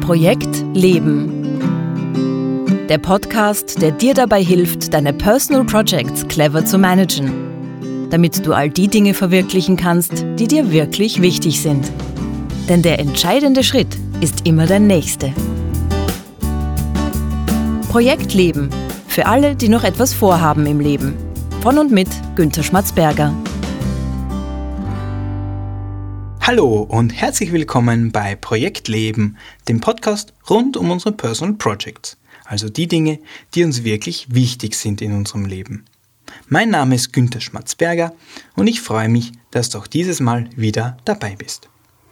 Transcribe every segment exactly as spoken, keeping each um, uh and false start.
Projekt Leben. Der Podcast, der dir dabei hilft, deine Personal Projects clever zu managen, damit du all die Dinge verwirklichen kannst, die dir wirklich wichtig sind. Denn der entscheidende Schritt ist immer der nächste. Projekt Leben. Für alle, die noch etwas vorhaben im Leben. Von und mit Günther Schmatzberger. Hallo und herzlich willkommen bei Projekt Leben, dem Podcast rund um unsere Personal Projects, also die Dinge, die uns wirklich wichtig sind in unserem Leben. Mein Name ist Günther Schmatzberger und ich freue mich, dass du auch dieses Mal wieder dabei bist.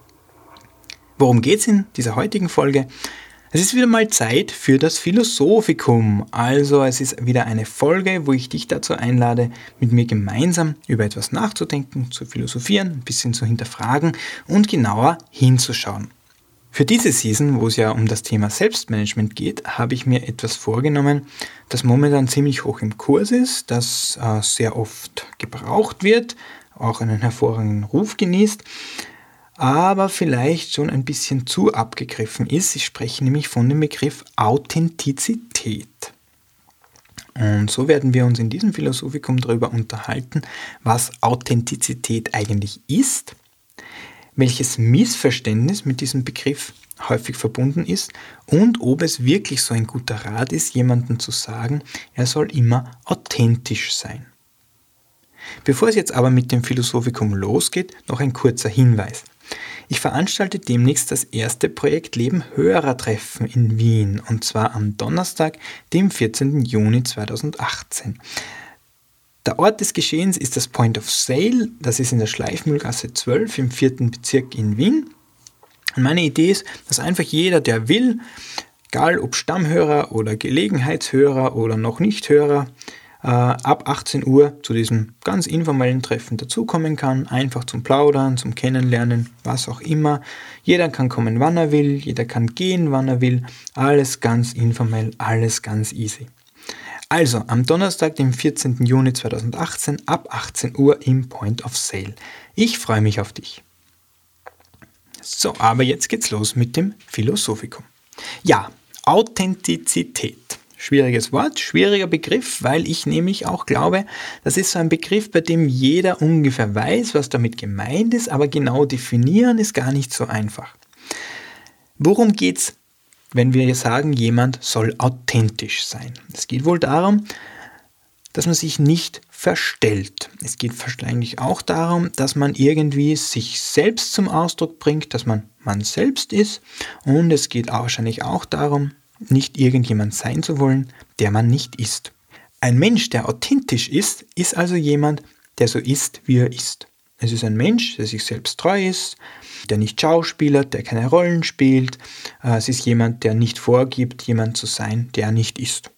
Worum geht es in dieser heutigen Folge? Es ist wieder mal Zeit für das Philosophikum, also es ist wieder eine Folge, wo ich dich dazu einlade, mit mir gemeinsam über etwas nachzudenken, zu philosophieren, ein bisschen zu hinterfragen und genauer hinzuschauen. Für diese Season, wo es ja um das Thema Selbstmanagement geht, habe ich mir etwas vorgenommen, das momentan ziemlich hoch im Kurs ist, das äh, sehr oft gebraucht wird, auch einen hervorragenden Ruf genießt, aber vielleicht schon ein bisschen zu abgegriffen ist. Ich spreche nämlich von dem Begriff Authentizität. Und so werden wir uns in diesem Philosophikum darüber unterhalten, was Authentizität eigentlich ist, welches Missverständnis mit diesem Begriff häufig verbunden ist und ob es wirklich so ein guter Rat ist, jemandem zu sagen, er soll immer authentisch sein. Bevor es jetzt aber mit dem Philosophikum losgeht, noch ein kurzer Hinweis. Ich veranstalte demnächst das erste Projekt Leben Hörertreffen in Wien, und zwar am Donnerstag, dem vierzehnten Juni zweitausendachtzehn. Der Ort des Geschehens ist das Point of Sale, das ist in der Schleifmühlgasse zwölf im vierten Bezirk in Wien. Und meine Idee ist, dass einfach jeder, der will, egal ob Stammhörer oder Gelegenheitshörer oder noch nicht Hörer, äh, ab achtzehn Uhr zu diesem ganz informellen Treffen dazukommen kann, einfach zum Plaudern, zum Kennenlernen, was auch immer. Jeder kann kommen, wann er will, jeder kann gehen, wann er will, alles ganz informell, alles ganz easy. Also am Donnerstag, dem vierzehnten Juni zweitausendachtzehn, ab achtzehn Uhr im Point of Sale. Ich freue mich auf dich. So, aber jetzt geht's los mit dem Philosophikum. Ja, Authentizität. Schwieriges Wort, schwieriger Begriff, weil ich nämlich auch glaube, das ist so ein Begriff, bei dem jeder ungefähr weiß, was damit gemeint ist, aber genau definieren ist gar nicht so einfach. Worum geht's, wenn wir sagen, jemand soll authentisch sein? Es geht wohl darum, dass man sich nicht verstellt. Es geht wahrscheinlich auch darum, dass man irgendwie sich selbst zum Ausdruck bringt, dass man man selbst ist, und es geht auch wahrscheinlich auch darum, nicht irgendjemand sein zu wollen, der man nicht ist. Ein Mensch, der authentisch ist, ist also jemand, der so ist, wie er ist. Es ist ein Mensch, der sich selbst treu ist, der nicht schauspielert, der keine Rollen spielt. Es ist jemand, der nicht vorgibt, jemand zu sein, der nicht ist.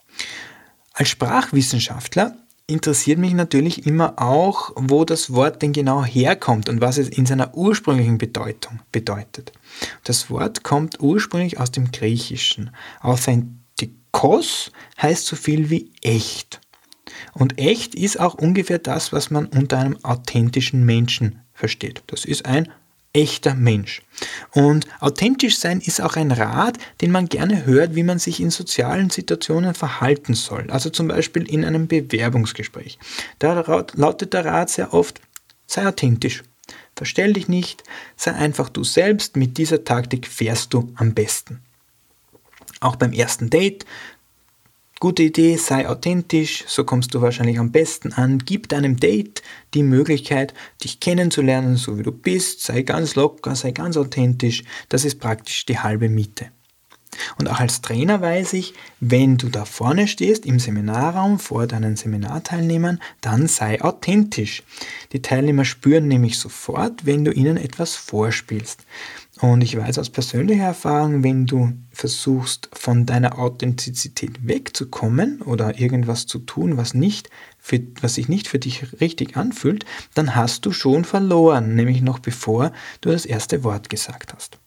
Als Sprachwissenschaftler interessiert mich natürlich immer auch, wo das Wort denn genau herkommt und was es in seiner ursprünglichen Bedeutung bedeutet. Das Wort kommt ursprünglich aus dem Griechischen. Authentikos heißt so viel wie echt. Und echt ist auch ungefähr das, was man unter einem authentischen Menschen versteht. Das ist ein echter Mensch. Und authentisch sein ist auch ein Rat, den man gerne hört, wie man sich in sozialen Situationen verhalten soll. Also zum Beispiel in einem Bewerbungsgespräch. Da lautet der Rat sehr oft, sei authentisch. Verstell dich nicht, sei einfach du selbst, mit dieser Taktik fährst du am besten. Auch beim ersten Date, gute Idee, sei authentisch, so kommst du wahrscheinlich am besten an. Gib deinem Date die Möglichkeit, dich kennenzulernen, so wie du bist. Sei ganz locker, sei ganz authentisch. Das ist praktisch die halbe Miete. Und auch als Trainer weiß ich, wenn du da vorne stehst im Seminarraum vor deinen Seminarteilnehmern, dann sei authentisch. Die Teilnehmer spüren nämlich sofort, wenn du ihnen etwas vorspielst. Und ich weiß aus persönlicher Erfahrung, wenn du versuchst, von deiner Authentizität wegzukommen oder irgendwas zu tun, was, nicht für, was sich nicht für dich richtig anfühlt, dann hast du schon verloren, nämlich noch bevor du das erste Wort gesagt hast.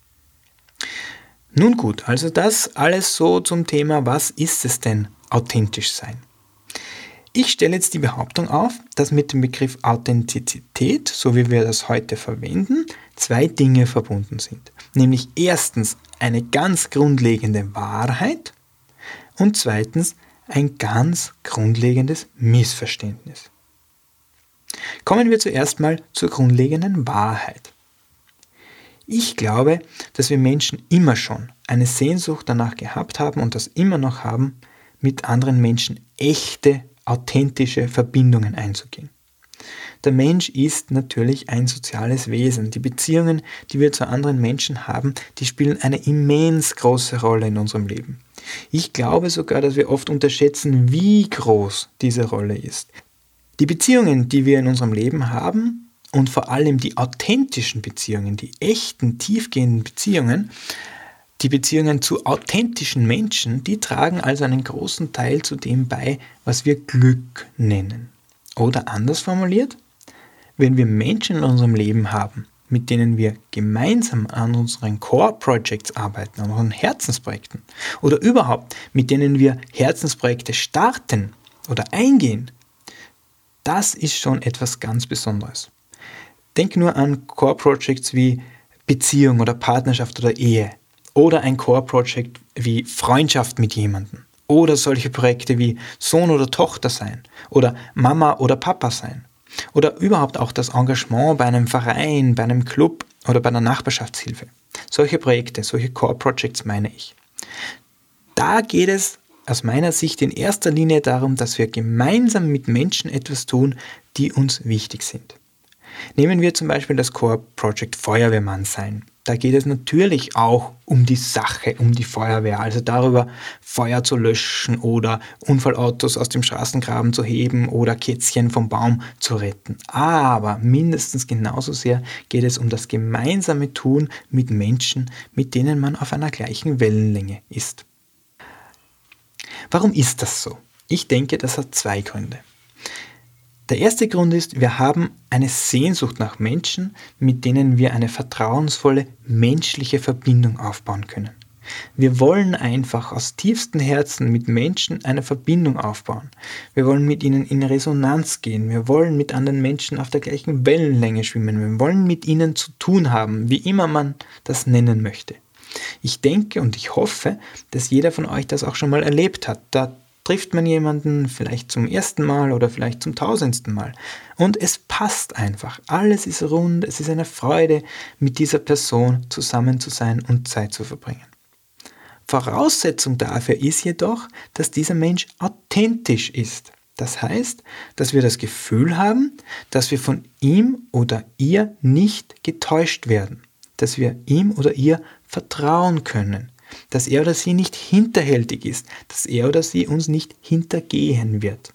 Nun gut, also das alles so zum Thema, was ist es denn authentisch sein? Ich stelle jetzt die Behauptung auf, dass mit dem Begriff Authentizität, so wie wir das heute verwenden, zwei Dinge verbunden sind. nämlich erstens eine ganz grundlegende Wahrheit und zweitens ein ganz grundlegendes Missverständnis. Kommen wir zuerst mal zur grundlegenden Wahrheit. Ich glaube, dass wir Menschen immer schon eine Sehnsucht danach gehabt haben und das immer noch haben, mit anderen Menschen echte, authentische Verbindungen einzugehen. Der Mensch ist natürlich ein soziales Wesen. Die Beziehungen, die wir zu anderen Menschen haben, die spielen eine immens große Rolle in unserem Leben. Ich glaube sogar, dass wir oft unterschätzen, wie groß diese Rolle ist. Die Beziehungen, die wir in unserem Leben haben und vor allem die authentischen Beziehungen, die echten, tiefgehenden Beziehungen, die Beziehungen zu authentischen Menschen, die tragen also einen großen Teil zu dem bei, was wir Glück nennen. Oder anders formuliert, wenn wir Menschen in unserem Leben haben, mit denen wir gemeinsam an unseren Core-Projects arbeiten, an unseren Herzensprojekten oder überhaupt mit denen wir Herzensprojekte starten oder eingehen, das ist schon etwas ganz Besonderes. Denk nur an Core-Projects wie Beziehung oder Partnerschaft oder Ehe oder ein Core-Project wie Freundschaft mit jemandem. Oder solche Projekte wie Sohn oder Tochter sein oder Mama oder Papa sein. Oder überhaupt auch das Engagement bei einem Verein, bei einem Club oder bei einer Nachbarschaftshilfe. Solche Projekte, solche Core-Projects meine ich. Da geht es aus meiner Sicht in erster Linie darum, dass wir gemeinsam mit Menschen etwas tun, die uns wichtig sind. Nehmen wir zum Beispiel das Core-Project Feuerwehrmann sein. Da geht es natürlich auch um die Sache, um die Feuerwehr, also darüber, Feuer zu löschen oder Unfallautos aus dem Straßengraben zu heben oder Kätzchen vom Baum zu retten. Aber mindestens genauso sehr geht es um das gemeinsame Tun mit Menschen, mit denen man auf einer gleichen Wellenlänge ist. Warum ist das so? Ich denke, das hat zwei Gründe. Der erste Grund ist, wir haben eine Sehnsucht nach Menschen, mit denen wir eine vertrauensvolle menschliche Verbindung aufbauen können. Wir wollen einfach aus tiefstem Herzen mit Menschen eine Verbindung aufbauen. Wir wollen mit ihnen in Resonanz gehen. Wir wollen mit anderen Menschen auf der gleichen Wellenlänge schwimmen. Wir wollen mit ihnen zu tun haben, wie immer man das nennen möchte. Ich denke und ich hoffe, dass jeder von euch das auch schon mal erlebt hat. Da trifft man jemanden vielleicht zum ersten Mal oder vielleicht zum tausendsten Mal. Und es passt einfach. Alles ist rund. Es ist eine Freude, mit dieser Person zusammen zu sein und Zeit zu verbringen. Voraussetzung dafür ist jedoch, dass dieser Mensch authentisch ist. Das heißt, dass wir das Gefühl haben, dass wir von ihm oder ihr nicht getäuscht werden. Dass wir ihm oder ihr vertrauen können. Dass er oder sie nicht hinterhältig ist, dass er oder sie uns nicht hintergehen wird.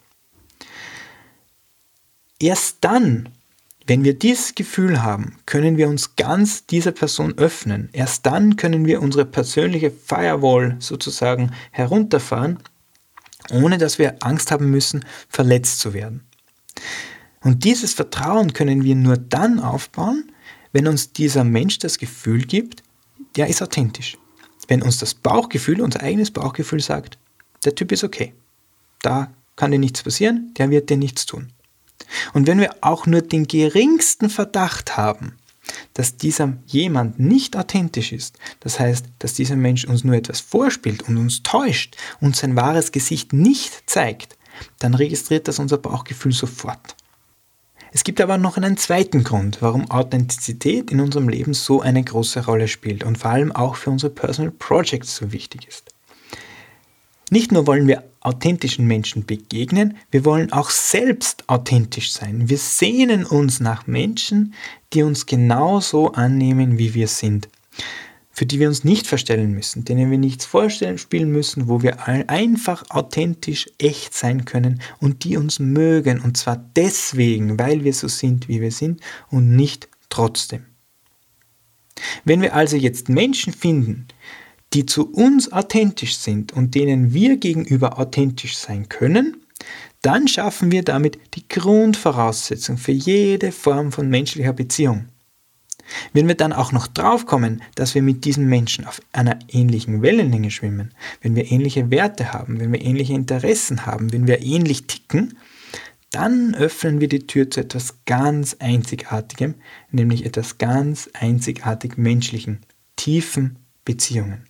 Erst dann, wenn wir dieses Gefühl haben, können wir uns ganz dieser Person öffnen. Erst dann können wir unsere persönliche Firewall sozusagen herunterfahren, ohne dass wir Angst haben müssen, verletzt zu werden. Und dieses Vertrauen können wir nur dann aufbauen, wenn uns dieser Mensch das Gefühl gibt, der ist authentisch. Wenn uns das Bauchgefühl, unser eigenes Bauchgefühl sagt, der Typ ist okay, da kann dir nichts passieren, der wird dir nichts tun. Und wenn wir auch nur den geringsten Verdacht haben, dass dieser jemand nicht authentisch ist, das heißt, dass dieser Mensch uns nur etwas vorspielt und uns täuscht und sein wahres Gesicht nicht zeigt, dann registriert das unser Bauchgefühl sofort. Es gibt aber noch einen zweiten Grund, warum Authentizität in unserem Leben so eine große Rolle spielt und vor allem auch für unsere Personal Projects so wichtig ist. Nicht nur wollen wir authentischen Menschen begegnen, wir wollen auch selbst authentisch sein. Wir sehnen uns nach Menschen, die uns genauso annehmen, wie wir sind. Für die wir uns nicht verstellen müssen, denen wir nichts vorstellen, spielen müssen, wo wir einfach authentisch, echt sein können und die uns mögen. Und zwar deswegen, weil wir so sind, wie wir sind und nicht trotzdem. Wenn wir also jetzt Menschen finden, die zu uns authentisch sind und denen wir gegenüber authentisch sein können, dann schaffen wir damit die Grundvoraussetzung für jede Form von menschlicher Beziehung. Wenn wir dann auch noch draufkommen, dass wir mit diesen Menschen auf einer ähnlichen Wellenlänge schwimmen, wenn wir ähnliche Werte haben, wenn wir ähnliche Interessen haben, wenn wir ähnlich ticken, dann öffnen wir die Tür zu etwas ganz Einzigartigem, nämlich etwas ganz einzigartig Menschlichem, tiefen Beziehungen.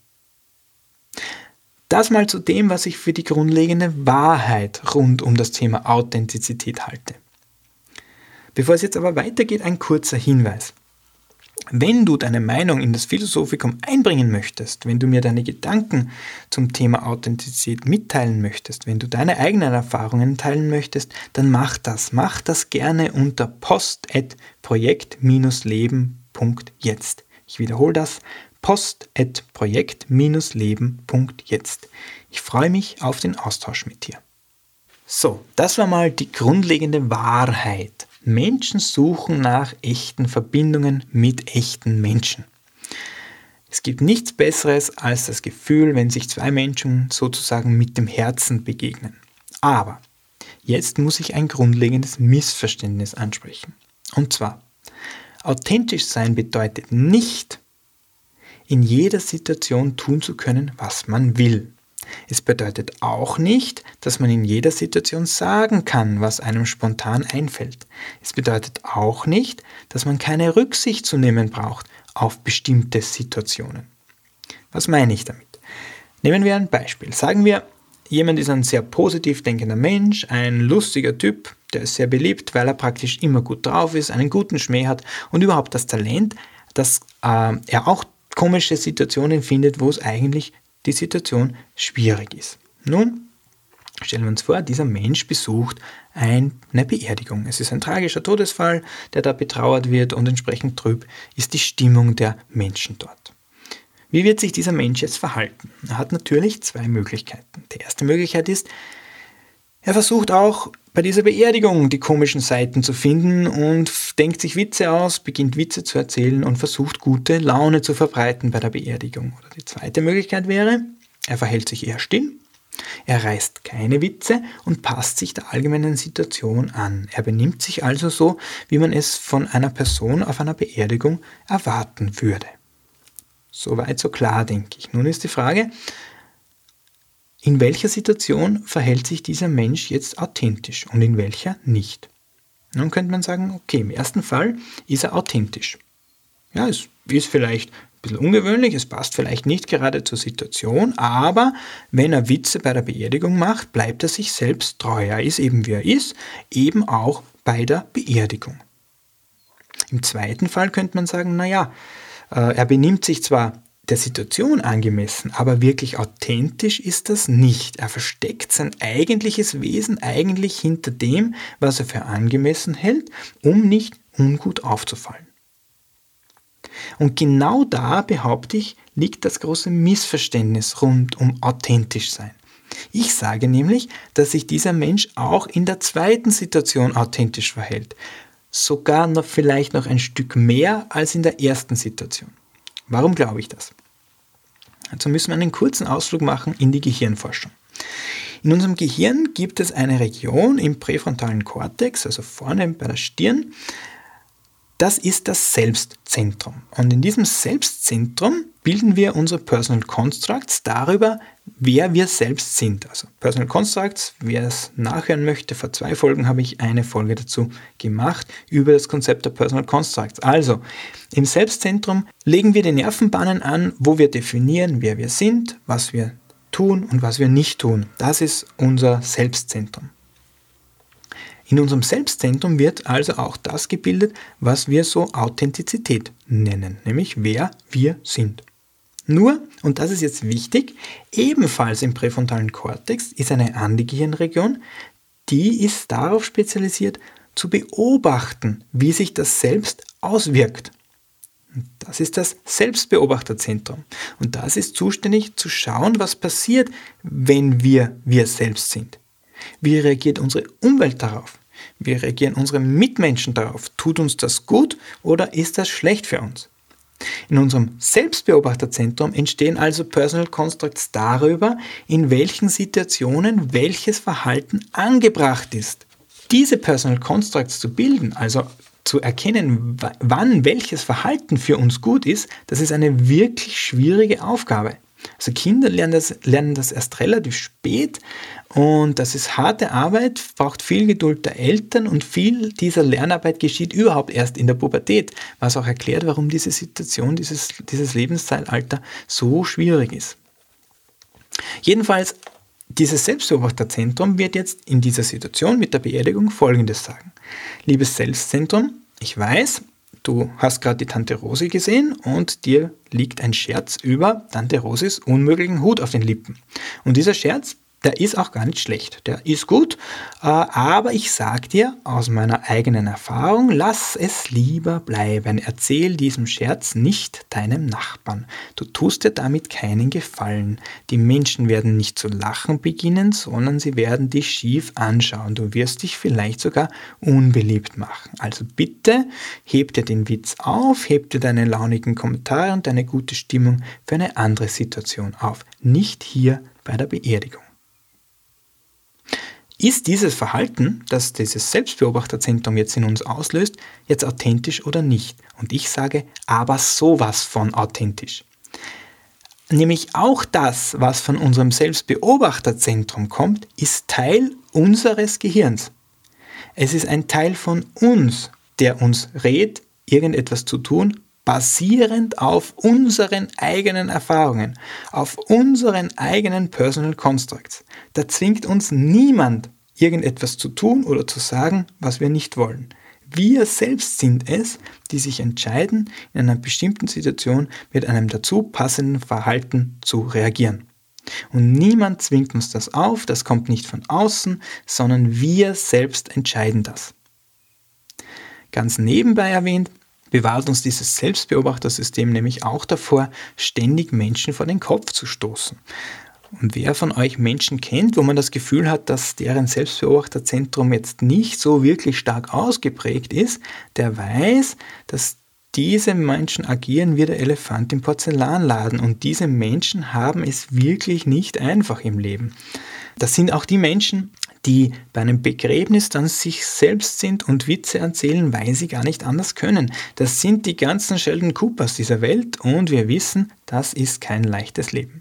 Das mal zu dem, was ich für die grundlegende Wahrheit rund um das Thema Authentizität halte. Bevor es jetzt aber weitergeht, ein kurzer Hinweis. Wenn du deine Meinung in das Philosophikum einbringen möchtest, wenn du mir deine Gedanken zum Thema Authentizität mitteilen möchtest, wenn du deine eigenen Erfahrungen teilen möchtest, dann mach das. Mach das gerne unter post at projekt leben punkt jetzt. Ich wiederhole das, post at projekt leben punkt jetzt. Ich freue mich auf den Austausch mit dir. So, das war mal die grundlegende Wahrheit. Menschen suchen nach echten Verbindungen mit echten Menschen. Es gibt nichts Besseres als das Gefühl, wenn sich zwei Menschen sozusagen mit dem Herzen begegnen. Aber jetzt muss ich ein grundlegendes Missverständnis ansprechen. Und zwar, authentisch sein bedeutet nicht, in jeder Situation tun zu können, was man will. Es bedeutet auch nicht, dass man in jeder Situation sagen kann, was einem spontan einfällt. Es bedeutet auch nicht, dass man keine Rücksicht zu nehmen braucht auf bestimmte Situationen. Was meine ich damit? Nehmen wir ein Beispiel. Sagen wir, jemand ist ein sehr positiv denkender Mensch, ein lustiger Typ, der ist sehr beliebt, weil er praktisch immer gut drauf ist, einen guten Schmäh hat und überhaupt das Talent, dass äh, er auch komische Situationen findet, wo es eigentlich die Situation schwierig ist. Nun, stellen wir uns vor, dieser Mensch besucht eine Beerdigung. Es ist ein tragischer Todesfall, der da betrauert wird und entsprechend trüb ist die Stimmung der Menschen dort. Wie wird sich dieser Mensch jetzt verhalten? Er hat natürlich zwei Möglichkeiten. Die erste Möglichkeit ist, er versucht auch bei dieser Beerdigung die komischen Seiten zu finden und denkt sich Witze aus, beginnt Witze zu erzählen und versucht gute Laune zu verbreiten bei der Beerdigung. Oder die zweite Möglichkeit wäre, er verhält sich eher still, er reißt keine Witze und passt sich der allgemeinen Situation an. Er benimmt sich also so, wie man es von einer Person auf einer Beerdigung erwarten würde. Soweit so klar, denke ich. Nun ist die Frage, in welcher Situation verhält sich dieser Mensch jetzt authentisch und in welcher nicht? Nun könnte man sagen, okay, im ersten Fall ist er authentisch. Ja, es ist vielleicht ein bisschen ungewöhnlich, es passt vielleicht nicht gerade zur Situation, aber wenn er Witze bei der Beerdigung macht, bleibt er sich selbst treu. Er ist eben wie er ist, eben auch bei der Beerdigung. Im zweiten Fall könnte man sagen, naja, er benimmt sich zwar der Situation angemessen, aber wirklich authentisch ist das nicht. Er versteckt sein eigentliches Wesen eigentlich hinter dem, was er für angemessen hält, um nicht ungut aufzufallen. Und genau da, behaupte ich, liegt das große Missverständnis rund um authentisch sein. Ich sage nämlich, dass sich dieser Mensch auch in der zweiten Situation authentisch verhält. Sogar noch vielleicht noch ein Stück mehr als in der ersten Situation. Warum glaube ich das? Dazu müssen wir einen kurzen Ausflug machen in die Gehirnforschung. In unserem Gehirn gibt es eine Region im präfrontalen Kortex, also vorne bei der Stirn. Das ist das Selbstzentrum. Und in diesem Selbstzentrum bilden wir unsere Personal Constructs darüber, wer wir selbst sind. Also Personal Constructs, wer es nachhören möchte, vor zwei Folgen habe ich eine Folge dazu gemacht über das Konzept der Personal Constructs. Also im Selbstzentrum legen wir die Nervenbahnen an, wo wir definieren, wer wir sind, was wir tun und was wir nicht tun. Das ist unser Selbstzentrum. In unserem Selbstzentrum wird also auch das gebildet, was wir so Authentizität nennen, nämlich wer wir sind. Nur, und das ist jetzt wichtig, ebenfalls im präfrontalen Kortex ist eine andere Gehirnregion, die ist darauf spezialisiert, zu beobachten, wie sich das Selbst auswirkt. Das ist das Selbstbeobachterzentrum. Und das ist zuständig zu schauen, was passiert, wenn wir wir selbst sind. Wie reagiert unsere Umwelt darauf? Wie reagieren unsere Mitmenschen darauf? Tut uns das gut oder ist das schlecht für uns? In unserem Selbstbeobachterzentrum entstehen also Personal Constructs darüber, in welchen Situationen welches Verhalten angebracht ist. Diese Personal Constructs zu bilden, also zu erkennen, wann welches Verhalten für uns gut ist, das ist eine wirklich schwierige Aufgabe. Also Kinder lernen das, lernen das erst relativ spät und das ist harte Arbeit, braucht viel Geduld der Eltern und viel dieser Lernarbeit geschieht überhaupt erst in der Pubertät, was auch erklärt, warum diese Situation, dieses, dieses Lebenszeitalter so schwierig ist. Jedenfalls, dieses Selbstbeobachterzentrum wird jetzt in dieser Situation mit der Beerdigung Folgendes sagen. Liebes Selbstzentrum, ich weiß, du hast gerade die Tante Rosi gesehen und dir liegt ein Scherz über Tante Rosis unmöglichen Hut auf den Lippen. Und dieser Scherz, der ist auch gar nicht schlecht, der ist gut, aber ich sag dir aus meiner eigenen Erfahrung, lass es lieber bleiben. Erzähl diesem Scherz nicht deinem Nachbarn. Du tust dir damit keinen Gefallen. Die Menschen werden nicht zu lachen beginnen, sondern sie werden dich schief anschauen. Du wirst dich vielleicht sogar unbeliebt machen. Also bitte, heb dir den Witz auf, heb dir deine launigen Kommentare und deine gute Stimmung für eine andere Situation auf. Nicht hier bei der Beerdigung. Ist dieses Verhalten, das dieses Selbstbeobachterzentrum jetzt in uns auslöst, jetzt authentisch oder nicht? Und ich sage, aber sowas von authentisch. Nämlich auch das, was von unserem Selbstbeobachterzentrum kommt, ist Teil unseres Gehirns. Es ist ein Teil von uns, der uns rät, irgendetwas zu tun, basierend auf unseren eigenen Erfahrungen, auf unseren eigenen Personal Constructs. Da zwingt uns niemand, irgendetwas zu tun oder zu sagen, was wir nicht wollen. Wir selbst sind es, die sich entscheiden, in einer bestimmten Situation mit einem dazu passenden Verhalten zu reagieren. Und niemand zwingt uns das auf, das kommt nicht von außen, sondern wir selbst entscheiden das. Ganz nebenbei erwähnt, bewahrt uns dieses Selbstbeobachtersystem nämlich auch davor, ständig Menschen vor den Kopf zu stoßen. Und wer von euch Menschen kennt, wo man das Gefühl hat, dass deren Selbstbeobachterzentrum jetzt nicht so wirklich stark ausgeprägt ist, der weiß, dass diese Menschen agieren wie der Elefant im Porzellanladen und diese Menschen haben es wirklich nicht einfach im Leben. Das sind auch die Menschen, die bei einem Begräbnis dann sich selbst sind und Witze erzählen, weil sie gar nicht anders können. Das sind die ganzen Sheldon Coopers dieser Welt und wir wissen, das ist kein leichtes Leben.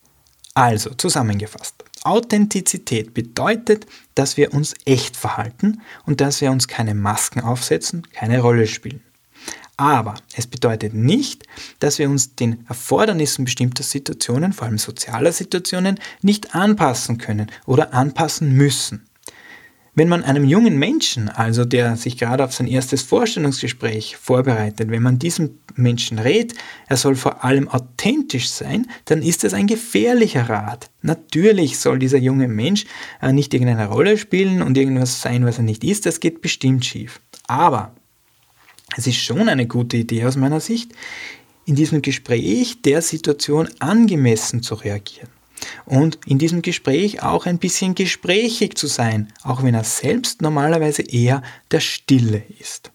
Also, zusammengefasst. Authentizität bedeutet, dass wir uns echt verhalten und dass wir uns keine Masken aufsetzen, keine Rolle spielen. Aber es bedeutet nicht, dass wir uns den Erfordernissen bestimmter Situationen, vor allem sozialer Situationen, nicht anpassen können oder anpassen müssen. Wenn man einem jungen Menschen, also der sich gerade auf sein erstes Vorstellungsgespräch vorbereitet, wenn man diesem Menschen rät, er soll vor allem authentisch sein, dann ist das ein gefährlicher Rat. Natürlich soll dieser junge Mensch nicht irgendeine Rolle spielen und irgendwas sein, was er nicht ist, das geht bestimmt schief. Aber es ist schon eine gute Idee aus meiner Sicht, in diesem Gespräch der Situation angemessen zu reagieren. Und in diesem Gespräch auch ein bisschen gesprächig zu sein, auch wenn er selbst normalerweise eher der Stille ist.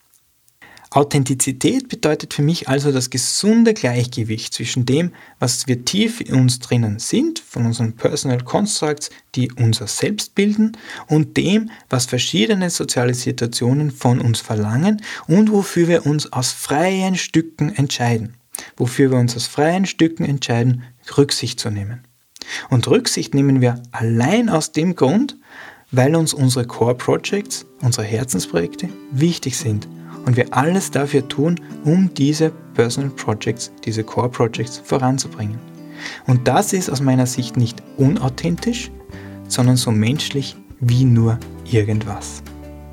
Authentizität bedeutet für mich also das gesunde Gleichgewicht zwischen dem, was wir tief in uns drinnen sind, von unseren Personal Constructs, die unser Selbst bilden, und dem, was verschiedene soziale Situationen von uns verlangen und wofür wir uns aus freien Stücken entscheiden. Wofür wir uns aus freien Stücken entscheiden, Rücksicht zu nehmen. Und Rücksicht nehmen wir allein aus dem Grund, weil uns unsere Core Projects, unsere Herzensprojekte wichtig sind und wir alles dafür tun, um diese Personal Projects, diese Core Projects voranzubringen. Und das ist aus meiner Sicht nicht unauthentisch, sondern so menschlich wie nur irgendwas.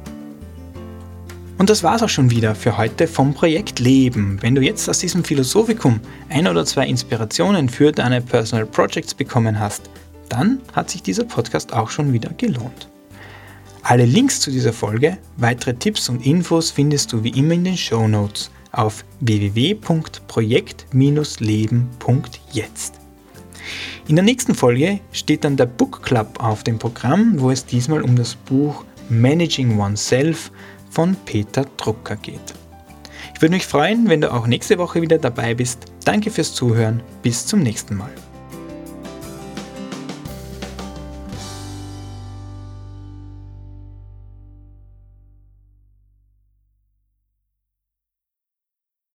Und das war's auch schon wieder für heute vom Projekt Leben. Wenn du jetzt aus diesem Philosophikum ein oder zwei Inspirationen für deine Personal Projects bekommen hast, dann hat sich dieser Podcast auch schon wieder gelohnt. Alle Links zu dieser Folge, weitere Tipps und Infos findest du wie immer in den Shownotes auf w w w punkt projekt leben punkt jetzt. In der nächsten Folge steht dann der Book Club auf dem Programm, wo es diesmal um das Buch Managing Oneself von Peter Drucker geht. Ich würde mich freuen, wenn du auch nächste Woche wieder dabei bist. Danke fürs Zuhören. Bis zum nächsten Mal.